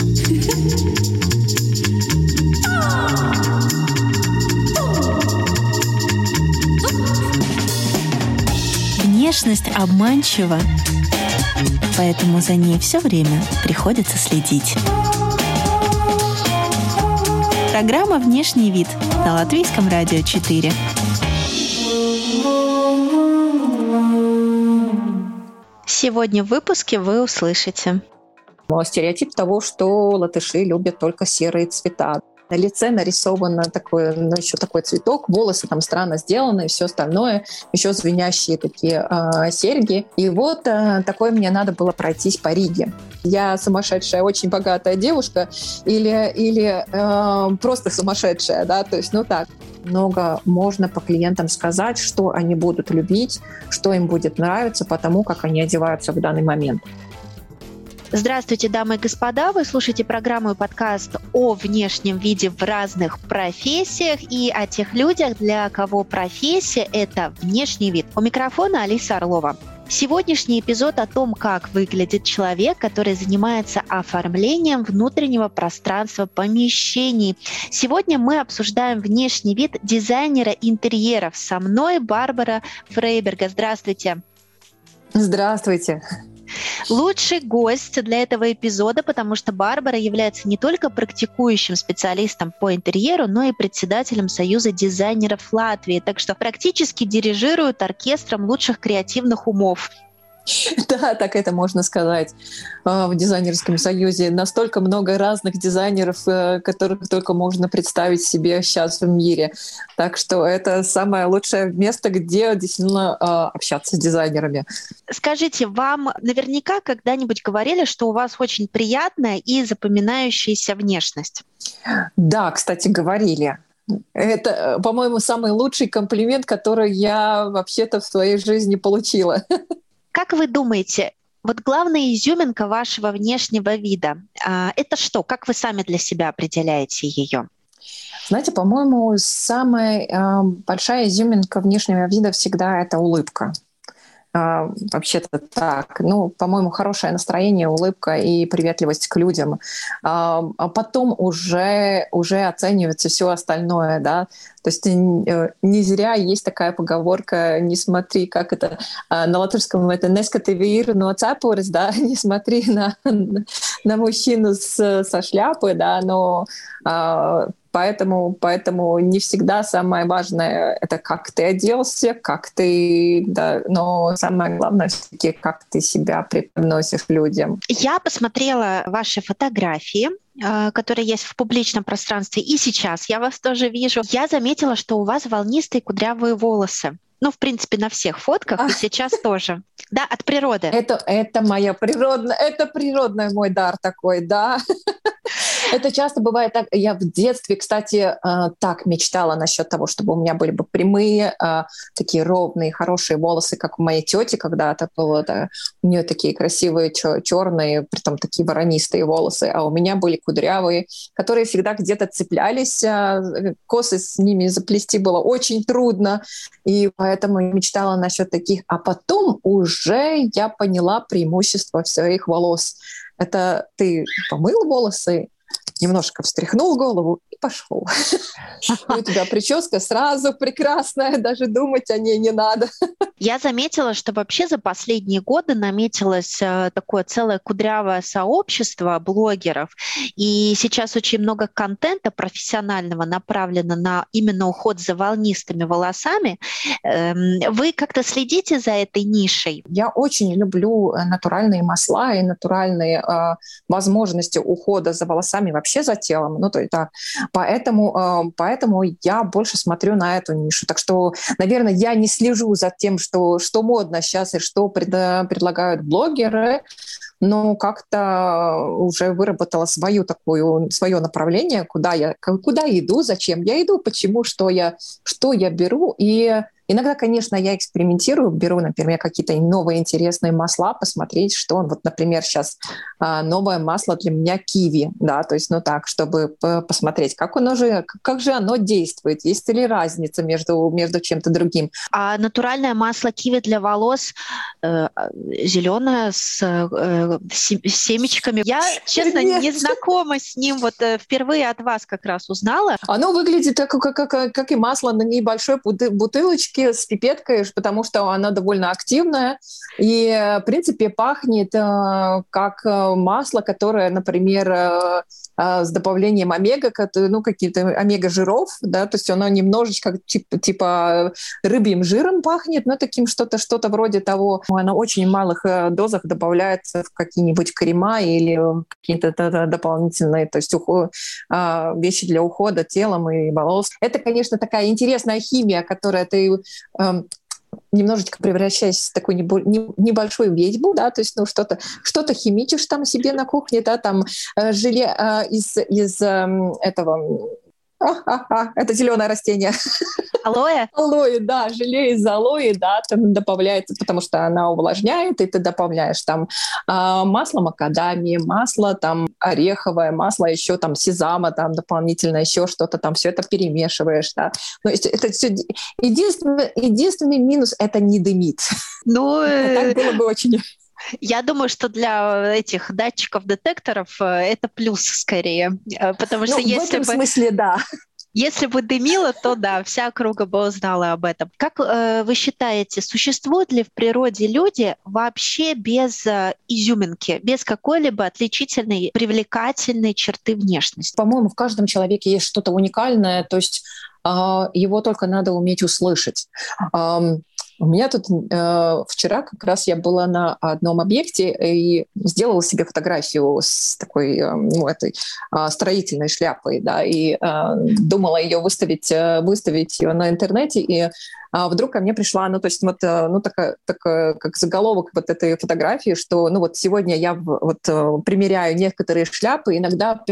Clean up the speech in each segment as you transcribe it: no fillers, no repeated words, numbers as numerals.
Внешность обманчива, поэтому за ней все время приходится следить. Программа «Внешний вид» на Латвийском радио 4. Сегодня в выпуске вы услышите. Стереотип того, что латыши любят только серые цвета. На лице нарисовано такое, еще такой цветок, волосы там странно сделаны, и все остальное, еще звенящие такие серьги. И вот такое мне надо было пройтись по Риге. Я сумасшедшая, очень богатая девушка или просто сумасшедшая, да, то есть, так. Много можно по клиентам сказать, что они будут любить, что им будет нравиться, потому как они одеваются в данный момент. Здравствуйте, дамы и господа! Вы слушаете программу и подкаст о внешнем виде в разных профессиях и о тех людях, для кого профессия – это внешний вид. У микрофона Алиса Орлова. Сегодняшний эпизод о том, как выглядит человек, который занимается оформлением внутреннего пространства помещений. Сегодня мы обсуждаем внешний вид дизайнера интерьеров. Со мной Барбара Фрейберга. Здравствуйте! Здравствуйте! Лучший гость для этого эпизода, потому что Барбара является не только практикующим специалистом по интерьеру, но и председателем Союза дизайнеров Латвии, так что практически дирижирует оркестром лучших креативных умов. Да, так это можно сказать. В дизайнерском союзе настолько много разных дизайнеров, которых только можно представить себе сейчас в мире. Так что это самое лучшее место, где действительно общаться с дизайнерами. Скажите, вам наверняка когда-нибудь говорили, что у вас очень приятная и запоминающаяся внешность? Да, кстати, говорили. Это, по-моему, самый лучший комплимент, который я вообще-то в своей жизни получила. Как вы думаете, вот главная изюминка вашего внешнего вида – это что? Как вы сами для себя определяете ее? Знаете, по-моему, самая большая изюминка внешнего вида всегда – это улыбка. Вообще-то так. По-моему, хорошее настроение, улыбка и приветливость к людям. А потом уже оценивается все остальное, да. То есть не зря есть такая поговорка: не смотри, как это на латышском, это «нескативир но цапурис», да, не смотри на мужчину со шляпы, да, но Поэтому не всегда самое важное — это как ты оделся, да, но самое главное все-таки, как ты себя преподносишь людям. Я посмотрела ваши фотографии, которые есть в публичном пространстве, и сейчас я вас тоже вижу. Я заметила, что у вас волнистые кудрявые волосы. В принципе, на всех фотках, и сейчас тоже. Да, от природы. Это моя природная, это природный мой дар такой, да. Это часто бывает так. Я в детстве, кстати, так мечтала насчет того, чтобы у меня были бы прямые, такие ровные, хорошие волосы, как у моей тети когда-то было. Да. У нее такие красивые, черные, притом такие воронистые волосы, а у меня были кудрявые, которые всегда где-то цеплялись. Косы с ними заплести было очень трудно, и поэтому я мечтала насчет таких. А потом уже я поняла преимущество своих волос. Это ты помыл волосы, немножко встряхнул голову и пошел. И у тебя прическа сразу прекрасная, даже думать о ней не надо. Я заметила, что вообще за последние годы наметилось такое целое кудрявое сообщество блогеров, и сейчас очень много контента профессионального направлено на именно уход за волнистыми волосами. Вы как-то следите за этой нишей? Я очень люблю натуральные масла и натуральные возможности ухода за волосами, вообще за телом. Поэтому я больше смотрю на эту нишу. Так что, наверное, я не слежу за тем, что модно сейчас и что предлагают блогеры, но как-то уже выработала свое направление, куда я иду, зачем я иду, почему, что я беру. И Иногда, конечно, я экспериментирую, беру, например, какие-то новые интересные масла, посмотреть, что он. Вот, например, сейчас новое масло для меня киви, да, то есть, ну так, чтобы посмотреть, как же оно действует, есть ли разница между чем-то другим. А натуральное масло киви для волос зеленое с семечками. Я, честно, не знакома с ним. Вот впервые от вас как раз узнала. Оно выглядит как и масло на небольшой бутылочке с пипеткой, потому что она довольно активная. И, в принципе, пахнет как масло, которое, например, с добавлением омега, ну, какие-то омега-жиров, да, то есть оно немножечко типа рыбьим жиром пахнет, но таким что-то вроде того. Оно в очень малых дозах добавляется в какие-нибудь крема или какие-то дополнительные, то есть вещи для ухода телом и волос. Это, конечно, такая интересная химия, которая ты немножечко превращаясь в такую небольшую ведьму, да, то есть ну, что-то химичишь там себе на кухне, да, там желе из этого... это зеленое растение. Алоэ? Алоэ, да, желе из алоэ, да, там добавляется, потому что она увлажняет, и ты добавляешь там масло макадамии, масло там ореховое, масло еще там сезама, там дополнительно еще что-то там, все это перемешиваешь, да. Ну, это все... Единственный минус — это не дымит. Ну, так было бы очень... Я думаю, что для этих датчиков-детекторов это плюс скорее. Потому что в этом смысле, да. Если бы дымило, то да, вся округа бы узнала об этом. Как вы считаете, существуют ли в природе люди вообще без изюминки, без какой-либо отличительной, привлекательной черты внешности? По-моему, в каждом человеке есть что-то уникальное, то есть его только надо уметь услышать. У меня тут вчера как раз я была на одном объекте и сделала себе фотографию с такой этой строительной шляпой, да, и думала ее выставить ее на интернете, и вдруг ко мне пришла, ну, то есть вот, ну, такая, как заголовок вот этой фотографии, что, ну, вот сегодня я вот примеряю некоторые шляпы, иногда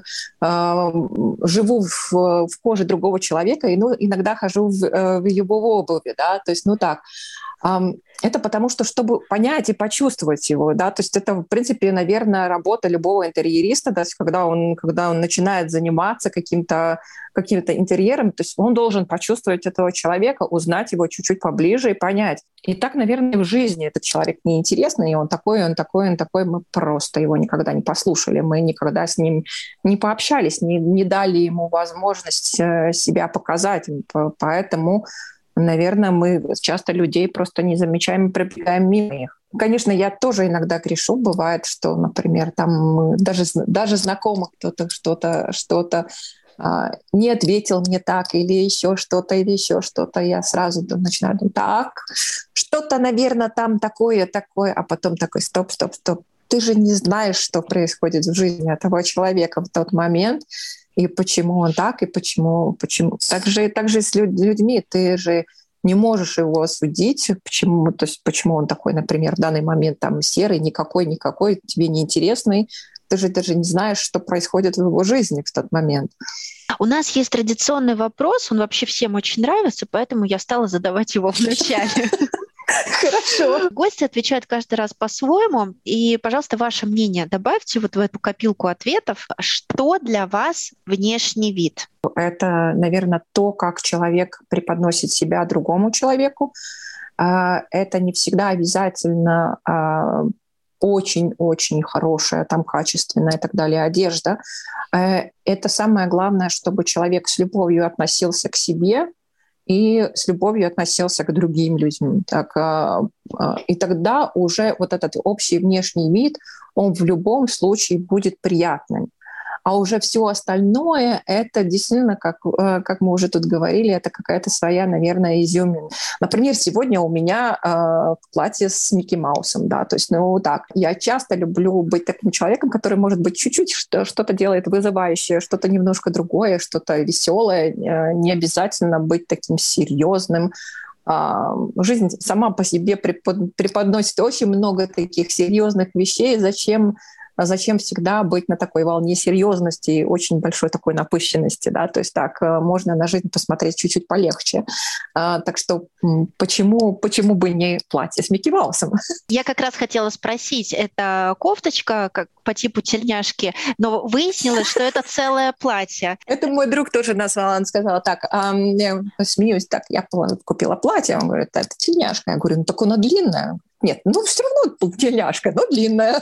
живу в коже другого человека, и, ну, иногда хожу в его обуви, да, то есть, ну, так. Это потому что, чтобы понять и почувствовать его, да, то есть это, в принципе, наверное, работа любого интерьериста, да, когда он начинает заниматься каким-то интерьером, то есть он должен почувствовать этого человека, узнать его чуть-чуть поближе и понять. И так, наверное, в жизни этот человек неинтересный, и он такой, мы просто его никогда не послушали, мы никогда с ним не пообщались, не дали ему возможность себя показать, поэтому... Наверное, мы часто людей просто не замечаем и пробегаем мимо их. Конечно, я тоже иногда грешу. Бывает, что, например, там даже знакомых кто-то что-то не ответил мне так, или еще что-то. Я сразу начинаю думать, так, что-то, наверное, там такое, а потом такой, стоп. Ты же не знаешь, что происходит в жизни этого человека в тот момент, и почему он так, и почему. Так же и с людьми. Ты же не можешь его осудить, почему он такой, например, в данный момент там серый, никакой, тебе неинтересный. Ты же даже не знаешь, что происходит в его жизни в тот момент. У нас есть традиционный вопрос, он вообще всем очень нравится, поэтому я стала задавать его вначале. Хорошо. Гости отвечают каждый раз по-своему. И, пожалуйста, ваше мнение добавьте вот в эту копилку ответов. Что для вас внешний вид? Это, наверное, то, как человек преподносит себя другому человеку. Это не всегда обязательно очень-очень хорошая, там, качественная и так далее одежда. Это самое главное, чтобы человек с любовью относился к себе и с любовью относился к другим людям. И тогда уже вот этот общий внешний вид, он в любом случае будет приятным. А уже все остальное, это действительно, как мы уже тут говорили, это какая-то своя, наверное, изюминка. Например, сегодня у меня платье с Микки Маусом, да, то есть, ну так. Я часто люблю быть таким человеком, который, может быть, чуть-чуть что-то делает вызывающее, что-то немножко другое, что-то веселое, не обязательно быть таким серьезным. Жизнь сама по себе преподносит очень много таких серьезных вещей. Зачем зачем всегда быть на такой волне серьезности и очень большой такой напыщенности, да, то есть так можно на жизнь посмотреть чуть-чуть полегче. Так что почему бы не платье с Микки Маусом? Я как раз хотела спросить, это кофточка как по типу тельняшки, но выяснилось, что это целое платье. Это мой друг тоже назвал, он сказал так, я смеюсь, так, я купила платье, он говорит, это тельняшка. Я говорю, ну так она длинная. Нет, ну все равно тельняшка, но длинная.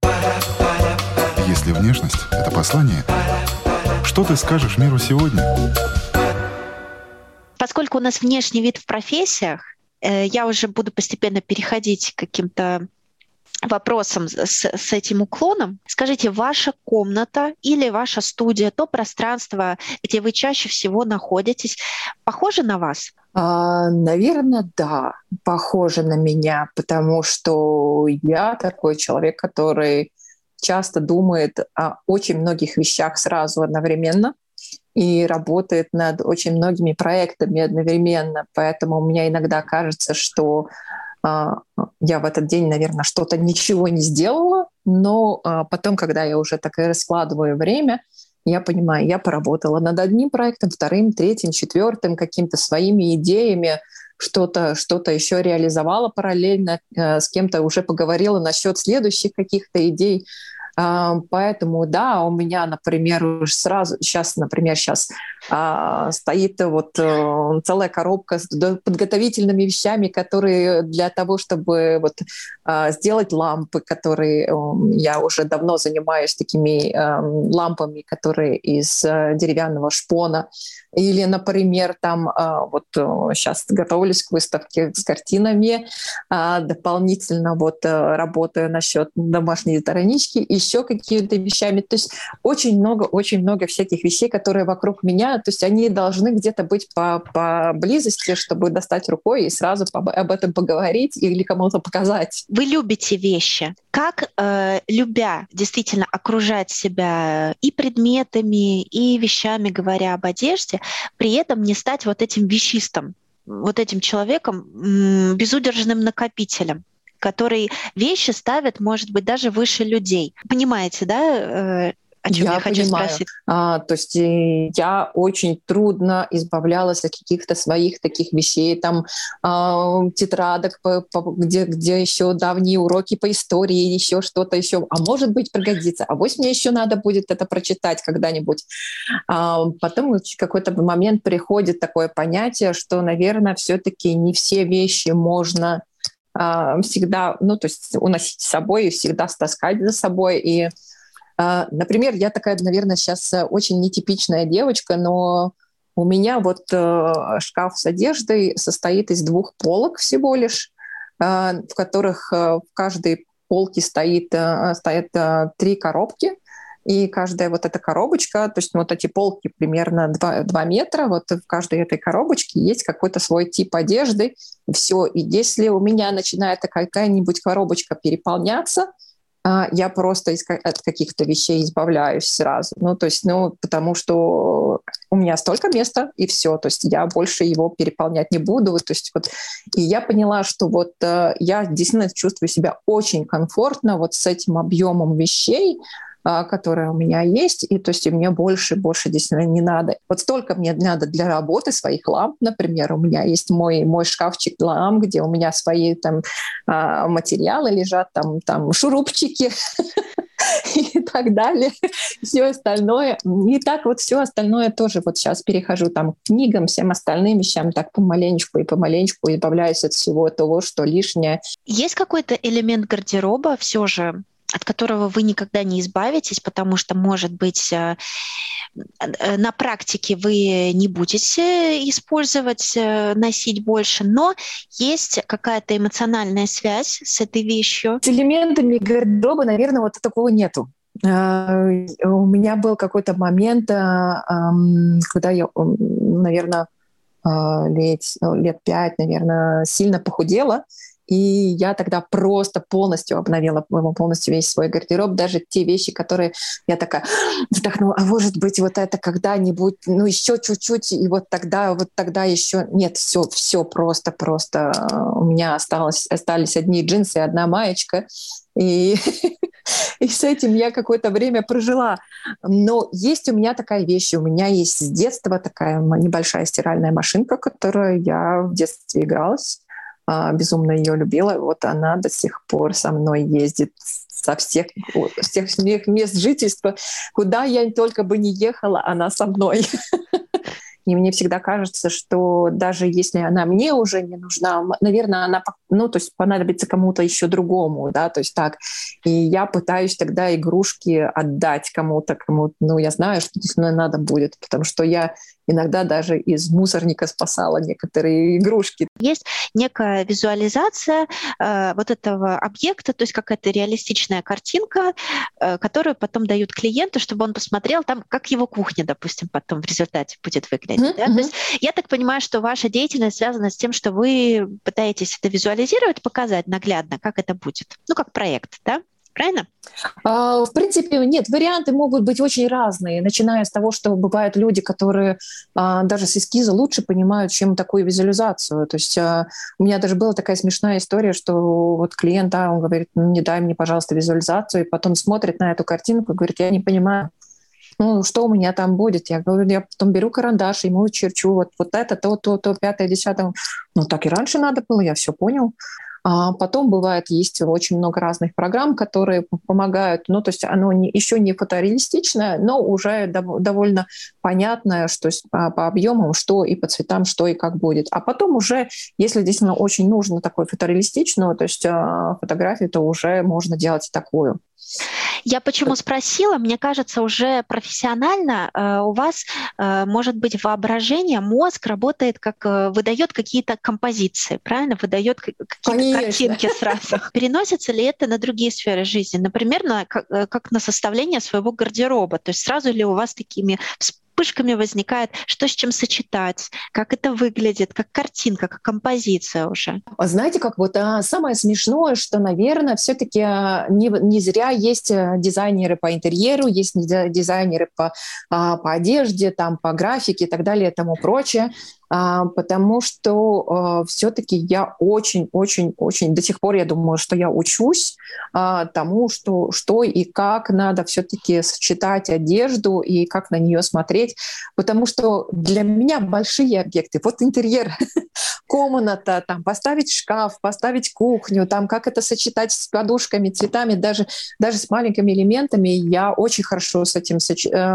Если внешность — это послание, что ты скажешь миру сегодня? Поскольку у нас внешний вид в профессиях, я уже буду постепенно переходить к каким-то вопросам с этим уклоном. Скажите, ваша комната или ваша студия, то пространство, где вы чаще всего находитесь, похоже на вас? Наверное, да, похоже на меня, потому что я такой человек, который часто думает о очень многих вещах сразу одновременно и работает над очень многими проектами одновременно. Поэтому у меня иногда кажется, что я в этот день, наверное, что-то ничего не сделала, но потом, когда я уже так и раскладываю время, я понимаю, я поработала над одним проектом, вторым, третьим, четвертым, какими-то своими идеями, что-то еще реализовала параллельно, с кем-то уже поговорила насчет следующих каких-то идей. Поэтому, да, у меня, например, уже сразу сейчас стоит вот целая коробка с подготовительными вещами, которые для того, чтобы вот сделать лампы, которые я уже давно занимаюсь такими лампами, которые из деревянного шпона. Или, например, там вот сейчас готовлюсь к выставке с картинами, дополнительно вот работаю насчет домашней странички, еще какими-то вещами. То есть очень много всяких вещей, которые вокруг меня, то есть они должны где-то быть по близости, чтобы достать рукой и сразу об этом поговорить или кому-то показать. Вы любите вещи. Как, любя действительно окружать себя и предметами, и вещами, говоря об одежде, при этом не стать вот этим вещистом, вот этим человеком, безудержным накопителем, который вещи ставит, может быть, даже выше людей. Понимаете, да, о чем я хочу спросить? То есть я очень трудно избавлялась от каких-то своих таких вещей, там тетрадок, где еще давние уроки по истории, еще что-то еще. А может быть пригодится. А вот мне еще надо будет это прочитать когда-нибудь. Потом в какой-то момент приходит такое понятие, что, наверное, все-таки не все вещи можно всегда, ну, то есть уносить с собой и всегда таскать за собой. И например, я такая, наверное, сейчас очень нетипичная девочка, но у меня вот шкаф с одеждой состоит из 2 полок всего лишь, в которых в каждой полке стоят 3 коробки, и каждая вот эта коробочка, то есть вот эти полки примерно 2 метра, вот в каждой этой коробочке есть какой-то свой тип одежды, и все. И если у меня начинает какая-нибудь коробочка переполняться, я просто от каких-то вещей избавляюсь сразу. Ну, то есть, потому что у меня столько места, и все. То есть я больше его переполнять не буду. То есть, вот, и я поняла, что вот я действительно чувствую себя очень комфортно вот с этим объемом вещей, которые у меня есть, и то есть и мне больше действительно не надо. Вот столько мне надо для работы своих ламп, например. У меня есть мой шкафчик ламп, где у меня свои там материалы лежат, там шурупчики и так далее. Все остальное. И так вот все остальное тоже вот сейчас перехожу там к книгам, всем остальным вещам, так помаленечку избавляюсь от всего того, что лишнее. Есть какой-то элемент гардероба все же, от которого вы никогда не избавитесь, потому что, может быть, на практике вы не будете использовать, носить больше, но есть какая-то эмоциональная связь с этой вещью? С элементами гардероба, наверное, вот такого нету. У меня был какой-то момент, когда я, наверное, лет 5, наверное, сильно похудела, и я тогда просто полностью обновила полностью весь свой гардероб, даже те вещи, которые я такая вздохнула, а может быть вот это когда-нибудь, ну еще чуть-чуть, и вот тогда еще нет, все просто у меня остались одни джинсы и одна маечка, И, и с этим я какое-то время прожила. Но есть у меня такая вещь. У меня есть с детства такая небольшая стиральная машинка, которую я в детстве игралась. Безумно ее любила. Вот она до сих пор со мной ездит со всех мест жительства. Куда я только бы не ехала, она со мной. И мне всегда кажется, что даже если она мне уже не нужна, наверное, она, ну, то есть понадобится кому-то еще другому, да, то есть так. И я пытаюсь тогда игрушки отдать кому-то, ну, я знаю, что действительно надо будет, потому что я иногда даже из мусорника спасала некоторые игрушки. Есть некая визуализация вот этого объекта, то есть какая-то реалистичная картинка, которую потом дают клиенту, чтобы он посмотрел там, как его кухня, допустим, потом в результате будет выглядеть. Да? То есть я так понимаю, что ваша деятельность связана с тем, что вы пытаетесь это визуализировать, показать наглядно, как это будет. Ну, как проект, да? Правильно? В принципе, нет, варианты могут быть очень разные, начиная с того, что бывают люди, которые даже с эскиза лучше понимают, чем такую визуализацию. То есть у меня даже была такая смешная история, что вот клиент, он говорит, ну, не дай мне, пожалуйста, визуализацию, и потом смотрит на эту картинку и говорит, я не понимаю, ну, что у меня там будет. Я говорю, я потом беру карандаш, ему черчу, вот это, то, пятое, десятое. Ну, так и раньше надо было, я все понял. А потом бывает, есть очень много разных программ, которые помогают. Ну, то есть оно еще не фотореалистичное, но уже довольно понятное, что по объемам, что и по цветам, что и как будет. А потом уже, если действительно очень нужно такое фотореалистичную, то есть фотографию, то уже можно делать и такую. Я почему спросила? Мне кажется, уже профессионально у вас, может быть, воображение, мозг работает как выдает какие-то композиции, правильно? Выдает какие-то картинки сразу. Переносится ли это на другие сферы жизни? Например, как на составление своего гардероба? То есть сразу ли у вас такими вспышками возникает, что с чем сочетать, как это выглядит, как картинка, как композиция уже? Знаете, как вот самое смешное, что, наверное, все-таки не зря есть дизайнеры по интерьеру, есть дизайнеры по одежде, там, по графике и так далее и тому прочее. Потому что все-таки я очень до сих пор, я думаю, что я учусь тому, что и как надо все-таки сочетать одежду и как на нее смотреть, потому что для меня большие объекты, вот интерьер, комната, там, поставить шкаф, поставить кухню, там, как это сочетать с подушками, цветами, даже с маленькими элементами, я очень хорошо с этим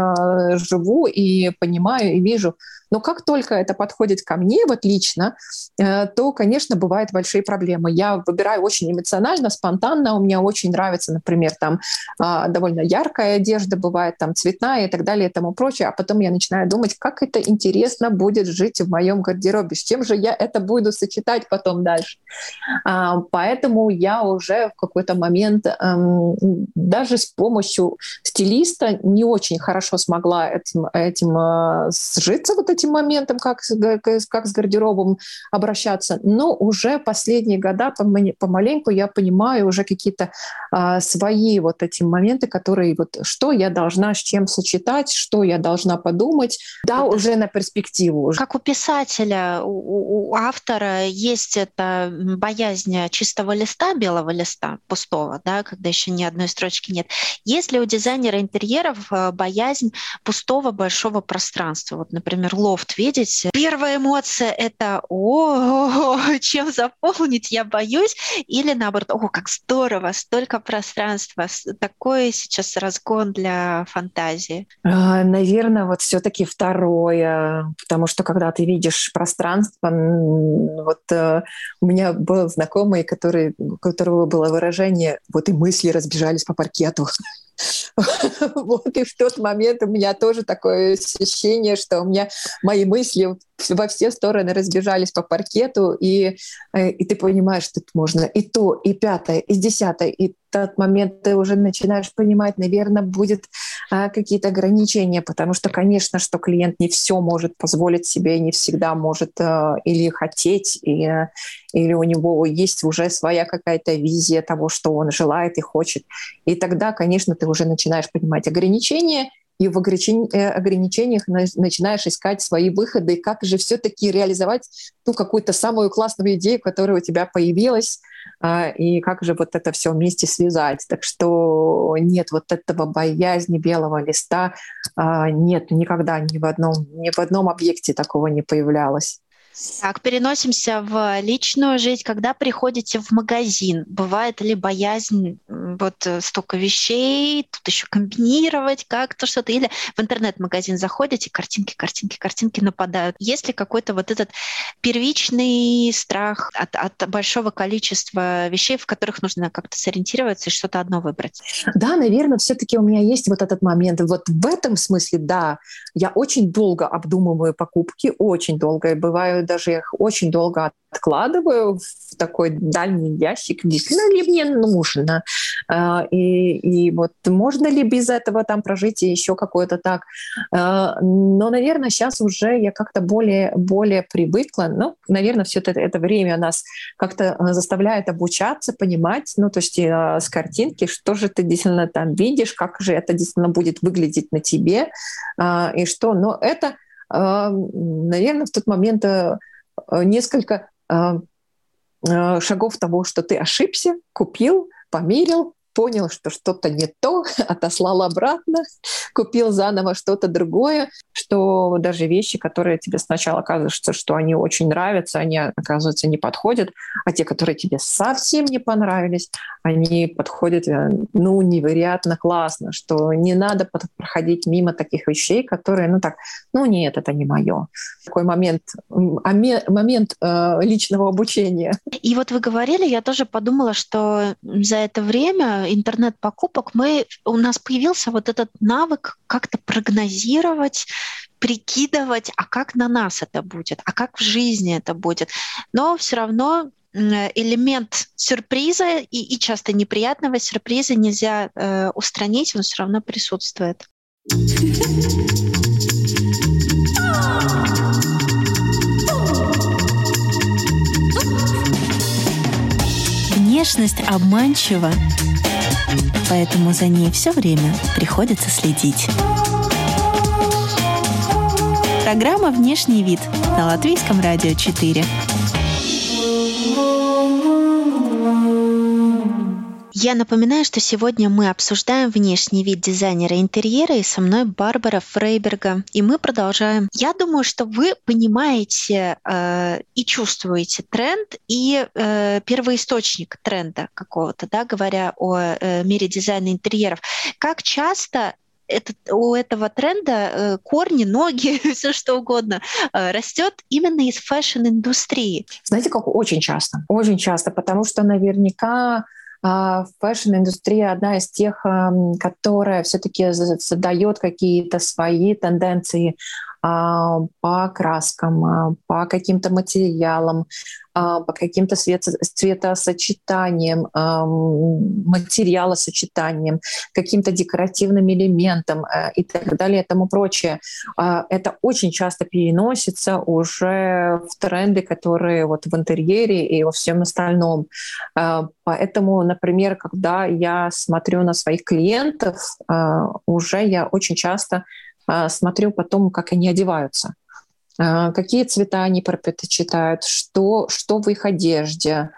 живу и понимаю, и вижу. Но как только это подходит ко мне, вот лично, то, конечно, бывают большие проблемы. Я выбираю очень эмоционально, спонтанно. У меня очень нравится, например, там довольно яркая одежда бывает, там цветная и так далее и тому прочее. А потом я начинаю думать, как это интересно будет жить в моем гардеробе, с чем же я это буду сочетать потом дальше. Поэтому я уже в какой-то момент даже с помощью стилиста не очень хорошо смогла этим сжиться, вот этим моментом, как с гардеробом обращаться. Но уже последние года помаленьку я понимаю уже какие-то свои вот эти моменты, которые вот что я должна с чем сочетать, что я должна подумать, да, уже на перспективу. Как у писателя, у автора есть эта боязнь чистого листа, белого листа, пустого, да, когда еще ни одной строчки нет. Есть ли у дизайнера интерьеров боязнь пустого большого пространства? Вот, например, лофт видеть. Первая эмоция — это чем заполнить, я боюсь. Или наоборот, как здорово, столько пространства, такой сейчас разгон для фантазии. Наверное, вот все-таки второе, потому что когда ты видишь пространство, вот у меня был знакомый, у которого было выражение, вот и мысли разбежались по паркету. Вот и в тот момент у меня тоже такое ощущение, что у меня мои мысли во все стороны разбежались по паркету, и ты понимаешь, что тут можно и то, и пятое, и десятое, и в тот момент ты уже начинаешь понимать, наверное, будет какие-то ограничения, потому что, конечно, что клиент не все может позволить себе, не всегда может или хотеть, или у него есть уже своя какая-то визия того, что он желает и хочет. И тогда, конечно, ты уже начинаешь понимать ограничения, и в ограничениях начинаешь искать свои выходы, и как же все-таки реализовать ту какую-то самую классную идею, которая у тебя появилась, и как же вот это все вместе связать. Так что нет вот этого боязни белого листа, нет, никогда ни в одном объекте такого не появлялось. Так, переносимся в личную жизнь. Когда приходите в магазин, бывает ли боязнь вот столько вещей, тут еще комбинировать как-то что-то? Или в интернет-магазин заходите, картинки нападают. Есть ли какой-то вот этот первичный страх от большого количества вещей, в которых нужно как-то сориентироваться и что-то одно выбрать? Да, наверное, все-таки у меня есть вот этот момент. Вот в этом смысле, да, я очень долго обдумываю покупки, очень долго. И бываю даже я их очень долго откладываю в такой дальний ящик. Действительно ли мне нужно? И вот можно ли без этого там прожить и еще какое-то так? Но, наверное, сейчас уже я как-то более привыкла. Ну, наверное, все это время нас как-то заставляет обучаться, понимать, ну, то есть с картинки, что же ты действительно там видишь, как же это действительно будет выглядеть на тебе, и что. Но это, наверное, в тот момент несколько шагов того, что ты ошибся, купил, померил, понял, что что-то не то, отослал обратно, купил заново что-то другое, что даже вещи, которые тебе сначала кажется, что они очень нравятся, они, оказывается, не подходят, а те, которые тебе совсем не понравились, они подходят, ну, невероятно классно, что не надо проходить мимо таких вещей, которые, нет, это не мое. Такой момент личного обучения. И вот вы говорили, я тоже подумала, что за это время интернет-покупок у нас появился вот этот навык как-то прогнозировать, прикидывать, а как на нас это будет, а как в жизни это будет. Но все равно элемент сюрприза и часто неприятного сюрприза нельзя устранить, он все равно присутствует. Внешность обманчива, поэтому за ней все время приходится следить. Программа «Внешний вид» на Латвийском радио 4. Я напоминаю, что сегодня мы обсуждаем внешний вид дизайнера интерьера, и со мной Барбара Фрейберга. И мы продолжаем. Я думаю, что вы понимаете и чувствуете тренд, и первоисточник тренда какого-то, да, говоря о мире дизайна интерьеров. Как часто у этого тренда корни, ноги, все что угодно растет именно из фэшн-индустрии? Знаете, как очень часто, потому что наверняка фэшн-индустрия одна из тех, которая все-таки задает какие-то свои тенденции по краскам, по каким-то материалам, по каким-то цветосочетаниям, материалосочетаниям, каким-то декоративным элементам и так далее и тому прочее. Это очень часто переносится уже в тренды, которые вот в интерьере и во всем остальном. Поэтому, например, когда я смотрю на своих клиентов, уже я очень часто смотрю потом, как они одеваются, какие цвета они предпочитают, что в их одежде.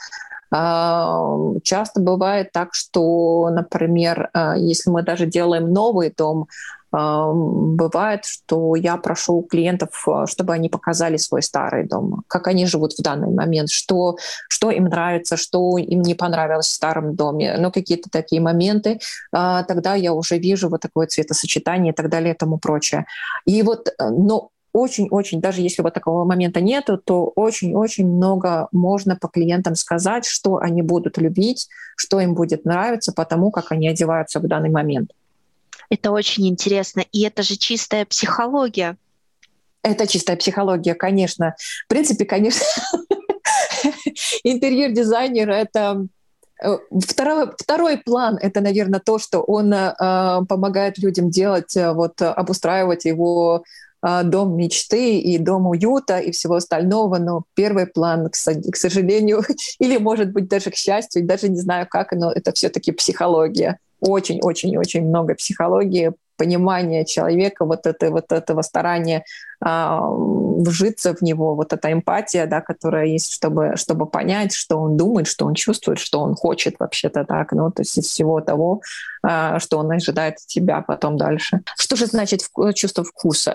Часто бывает так, что, например, если мы даже делаем новый дом, бывает, что я прошу у клиентов, чтобы они показали свой старый дом, как они живут в данный момент, что им нравится, что им не понравилось в старом доме. Но какие-то такие моменты, тогда я уже вижу вот такое цветосочетание и так далее и тому прочее. И вот, но очень-очень, даже если вот такого момента нету, то очень-очень много можно по клиентам сказать, что они будут любить, что им будет нравиться, потому как они одеваются в данный момент. Это очень интересно. И это же чистая психология. Это чистая психология, конечно. В принципе, конечно, интерьер-дизайнер — это второй план. Это, наверное, то, что он помогает людям делать, вот обустраивать его дом мечты и дом уюта и всего остального. Но первый план, к сожалению, или, может быть, даже к счастью, даже не знаю как, но это все-таки психология. Очень-очень-очень много психологии понимания человека, вот этого старания вжиться в него, вот эта эмпатия, да, которая есть, чтобы понять, что он думает, что он чувствует, что он хочет вообще-то так, ну, то есть из всего того, что он ожидает от тебя потом дальше. Что же значит чувство вкуса?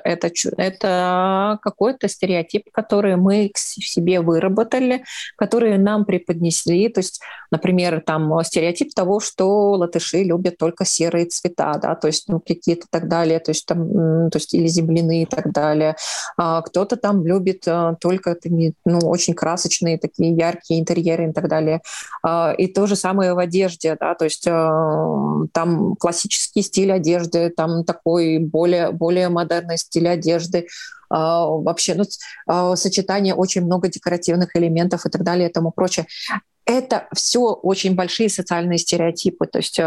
Это какой-то стереотип, который мы к себе выработали, который нам преподнесли. То есть, например, там стереотип того, что латыши любят только серые цвета, да, то есть какие-то так далее, то есть там, то есть или земляные и так далее. Кто-то там любит только очень красочные такие яркие интерьеры и так далее. И то же самое в одежде, да, то есть там классический стиль одежды, там такой более модерный стиль одежды, вообще сочетание очень много декоративных элементов и так далее и тому прочее. Это все очень большие социальные стереотипы, то есть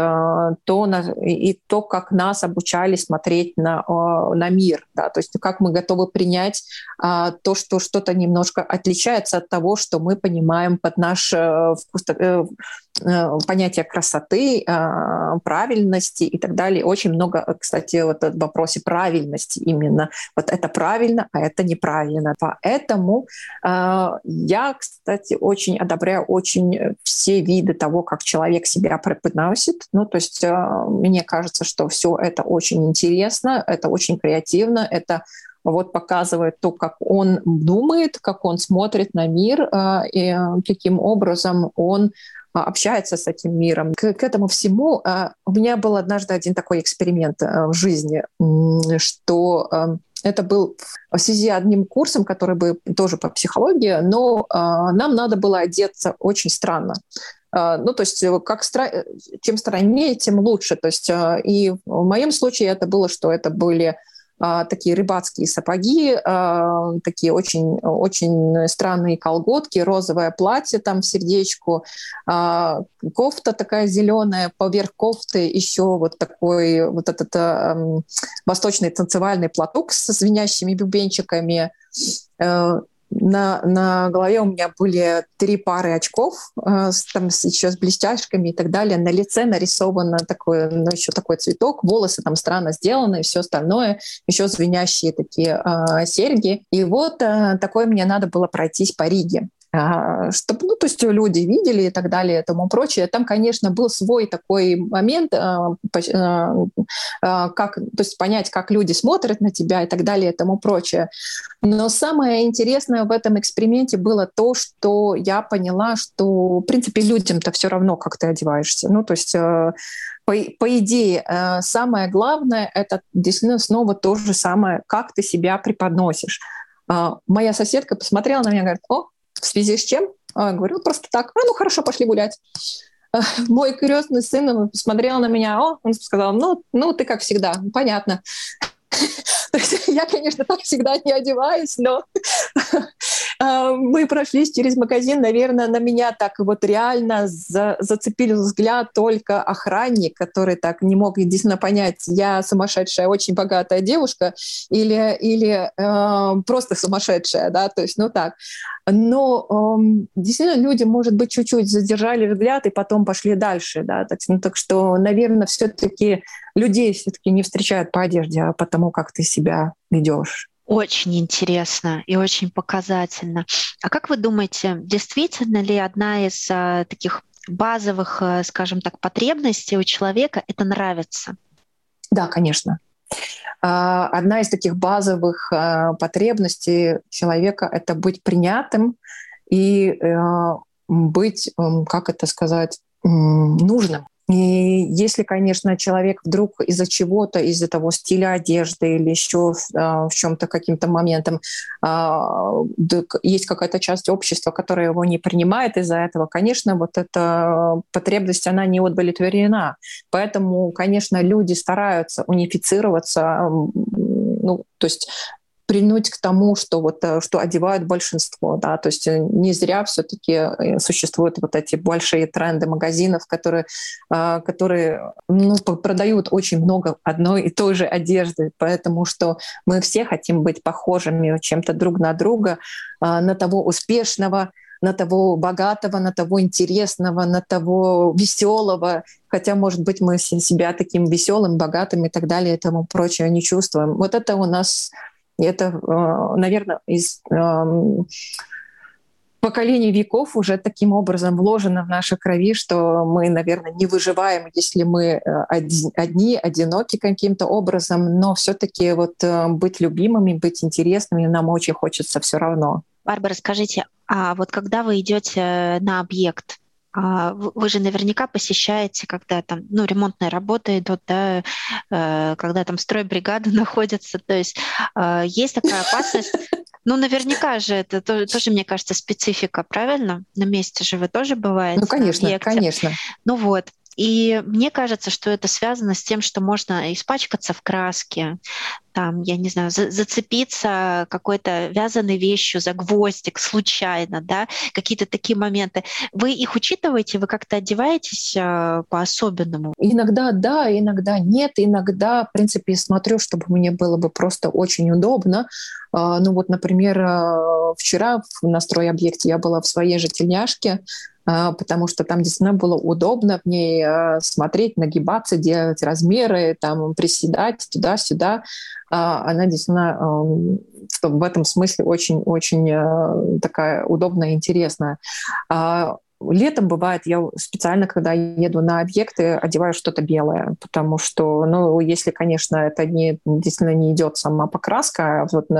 то, как нас обучали смотреть на мир, да, то есть как мы готовы принять то, что что-то немножко отличается от того, что мы понимаем под наш вкус, понятие красоты, правильности и так далее. Очень много, кстати, вот в вопросе правильности именно. Вот это правильно, а это неправильно. Поэтому я, кстати, очень одобряю все виды того, как человек себя преподносит. Ну, то есть мне кажется, что все это очень интересно, это очень креативно, это вот показывает то, как он думает, как он смотрит на мир и каким образом он общается с этим миром. К этому всему у меня был однажды один такой эксперимент в жизни, что это был в связи с одним курсом, который был тоже по психологии, но нам надо было одеться очень странно. Ну, то есть чем страннее, тем лучше. То есть и в моем случае это было, что это были такие рыбацкие сапоги, такие очень, очень странные колготки, розовое платье там в сердечку, кофта такая зеленая, поверх кофты еще вот такой вот этот восточный танцевальный платок со звенящими бубенчиками. На голове у меня были 3 пары очков, еще с блестяшками и так далее. На лице нарисовано еще такой цветок, волосы там странно сделаны и все остальное, еще звенящие такие серьги. И вот такое мне надо было пройтись по Риге. Чтобы, то есть люди видели и так далее и тому прочее. Там, конечно, был свой такой момент, то есть понять, как люди смотрят на тебя и так далее и тому прочее. Но самое интересное в этом эксперименте было то, что я поняла, что, в принципе, людям-то все равно, как ты одеваешься. Ну, то есть по идее, самое главное — это действительно снова то же самое, как ты себя преподносишь. Моя соседка посмотрела на меня и говорит: «О, в связи с чем?» Говорю: просто так. Ну хорошо, пошли гулять. Мой крестный сын посмотрел на меня, он сказал: ну ты как всегда, понятно. То есть я, конечно, так всегда не одеваюсь, но мы прошлись через магазин, наверное, на меня так вот реально зацепили взгляд только охранник, который так не мог действительно понять, я сумасшедшая, очень богатая девушка или просто сумасшедшая, да, то есть, так. Но действительно люди, может быть, чуть-чуть задержали взгляд и потом пошли дальше, да, так что, наверное, все-таки людей все-таки не встречают по одежде, а по тому, как ты себя ведешь. Очень интересно и очень показательно. А как вы думаете, действительно ли одна из таких базовых, скажем так, потребностей у человека — это нравится? Да, конечно. Одна из таких базовых потребностей человека — это быть принятым и быть, как это сказать, нужным. И если, конечно, человек вдруг из-за чего-то, из-за того стиля одежды или еще в чем-то каким-то моментом есть какая-то часть общества, которая его не принимает из-за этого, конечно, вот эта потребность, она не удовлетворена. Поэтому, конечно, люди стараются унифицироваться, то есть прильнуть к тому, что одевают большинство, да, то есть не зря все-таки существуют вот эти большие тренды магазинов, которые продают очень много одной и той же одежды, потому что мы все хотим быть похожими чем-то друг на друга, на того успешного, на того богатого, на того интересного, на того веселого. Хотя, может быть, мы себя таким веселым, богатым и так далее и тому прочее не чувствуем. Вот это у нас, это, наверное, из поколений веков уже таким образом вложено в наши крови, что мы, наверное, не выживаем, если мы одни, одиноки каким-то образом, но все-таки вот быть любимыми, быть интересными нам очень хочется все равно. Барбара, скажите, а вот когда вы идете на объект, вы же наверняка посещаете, когда там ремонтные работы идут, да, когда там стройбригады находятся, то есть есть такая опасность. Наверняка же это тоже, мне кажется, специфика, правильно? На месте же вы тоже бываете. Конечно, конечно. И мне кажется, что это связано с тем, что можно испачкаться в краске, там, я не знаю, зацепиться какой-то вязаной вещью за гвоздик случайно, да, какие-то такие моменты. Вы их учитываете, вы как-то одеваетесь по-особенному? Иногда да, иногда нет. Иногда, в принципе, смотрю, чтобы мне было бы просто очень удобно. Например, вчера на стройобъекте я была в своей же тельняшке, потому что там действительно было удобно в ней смотреть, нагибаться, делать размеры, там, приседать туда-сюда. Она действительно в этом смысле очень-очень такая удобная и интересная. Летом бывает, я специально, когда еду на объекты, одеваю что-то белое, потому что, если, конечно, это действительно не идет сама покраска, вот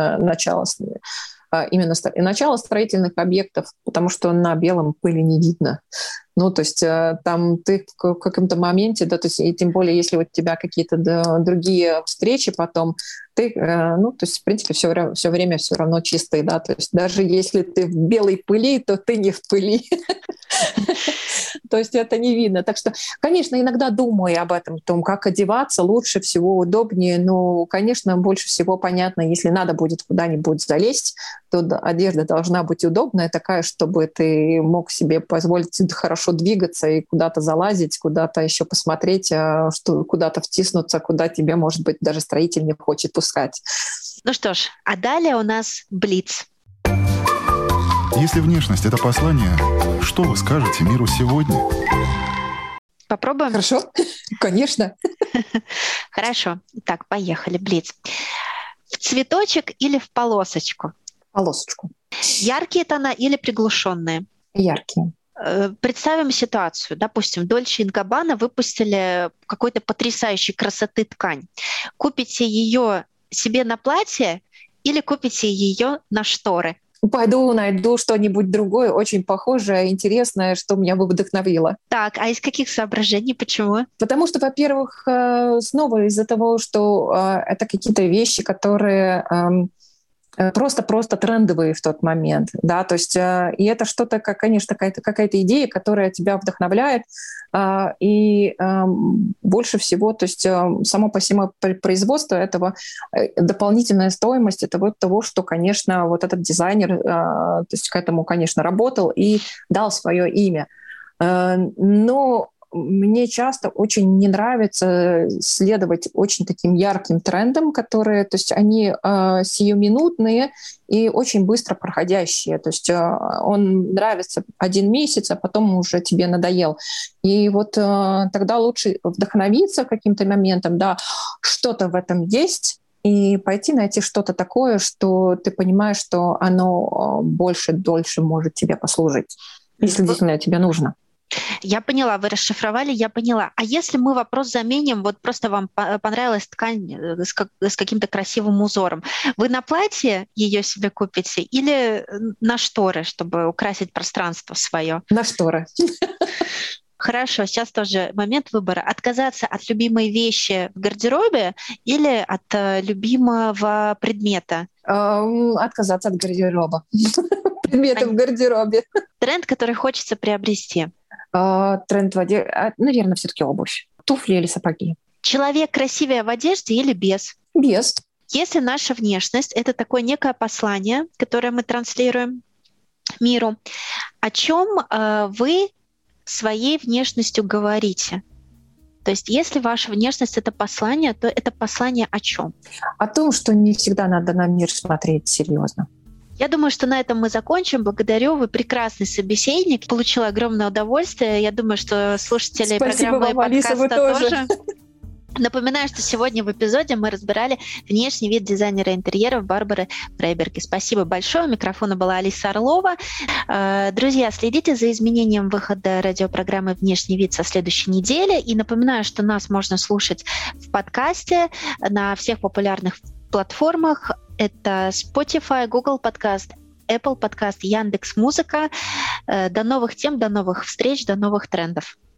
именно начало строительных объектов, потому что на белом пыли не видно. То есть там ты в каком-то моменте, да, то есть, и тем более, если у тебя какие-то другие встречи потом, ты, то есть, в принципе, все время все равно чистый, да, то есть даже если ты в белой пыли, то ты не в пыли. То есть это не видно. Так что, конечно, иногда думаю об этом, о том, как одеваться лучше всего, удобнее. Но, конечно, больше всего понятно, если надо будет куда-нибудь залезть, то одежда должна быть удобная, такая, чтобы ты мог себе позволить хорошо двигаться и куда-то залазить, куда-то еще посмотреть, куда-то втиснуться, куда тебе, может быть, даже строитель не хочет пускать. Ну что ж, а далее у нас блиц. Если внешность — это послание, что вы скажете миру сегодня? Попробуем? Хорошо, конечно. Хорошо. Итак, поехали. Блиц. В цветочек или в полосочку? Полосочку. Яркие тона или приглушенные? Яркие. Представим ситуацию. Допустим, Dolce & Gabbana выпустили какой-то потрясающей красоты ткань. Купите ее себе на платье или купите ее на шторы? Пойду найду что-нибудь другое, очень похожее, интересное, что меня бы вдохновило. Так, а из каких соображений? Почему? Потому что, во-первых, снова из-за того, что это какие-то вещи, которые просто трендовые в тот момент, да, то есть и это что-то, конечно, какая-то идея, которая тебя вдохновляет, и больше всего, то есть само по себе производство этого, дополнительная стоимость этого того, что, конечно, вот этот дизайнер, то есть к этому, конечно, работал и дал свое имя. Но мне часто очень не нравится следовать очень таким ярким трендам, которые, то есть они сиюминутные и очень быстро проходящие. То есть он нравится 1 месяц, а потом уже тебе надоел. И вот тогда лучше вдохновиться каким-то моментом, да, что-то в этом есть, и пойти найти что-то такое, что ты понимаешь, что оно дольше может тебе послужить, если действительно тебе нужно. Я поняла, вы расшифровали, я поняла. А если мы вопрос заменим, вот просто вам понравилась ткань с каким-то красивым узором, вы на платье ее себе купите или на шторы, чтобы украсить пространство свое? На шторы. Хорошо, сейчас тоже момент выбора. Отказаться от любимой вещи в гардеробе или от любимого предмета? Отказаться от гардероба. Предмета в гардеробе. Тренд, который хочется приобрести. Тренд в одежде, наверное, все-таки обувь. Туфли или сапоги. Человек красивее в одежде или без? Без. Если наша внешность — это такое некое послание, которое мы транслируем миру, о чем вы своей внешностью говорите? То есть если ваша внешность — это послание, то это послание о чем? О том, что не всегда надо на мир смотреть серьезно. Я думаю, что на этом мы закончим. Благодарю, вы прекрасный собеседник. Получила огромное удовольствие. Я думаю, что слушатели Спасибо программы вам, Алиса, подкаста вы тоже. Напоминаю, что сегодня в эпизоде мы разбирали внешний вид дизайнера интерьеров Барбары Фрейберги. Спасибо большое. У микрофона была Алиса Орлова. Друзья, следите за изменением выхода радиопрограммы «Внешний вид» со следующей недели. И напоминаю, что нас можно слушать в подкасте на всех популярных платформах. Это Spotify, Google Podcast, Apple Podcast, Яндекс.Музыка. До новых тем, до новых встреч, до новых трендов.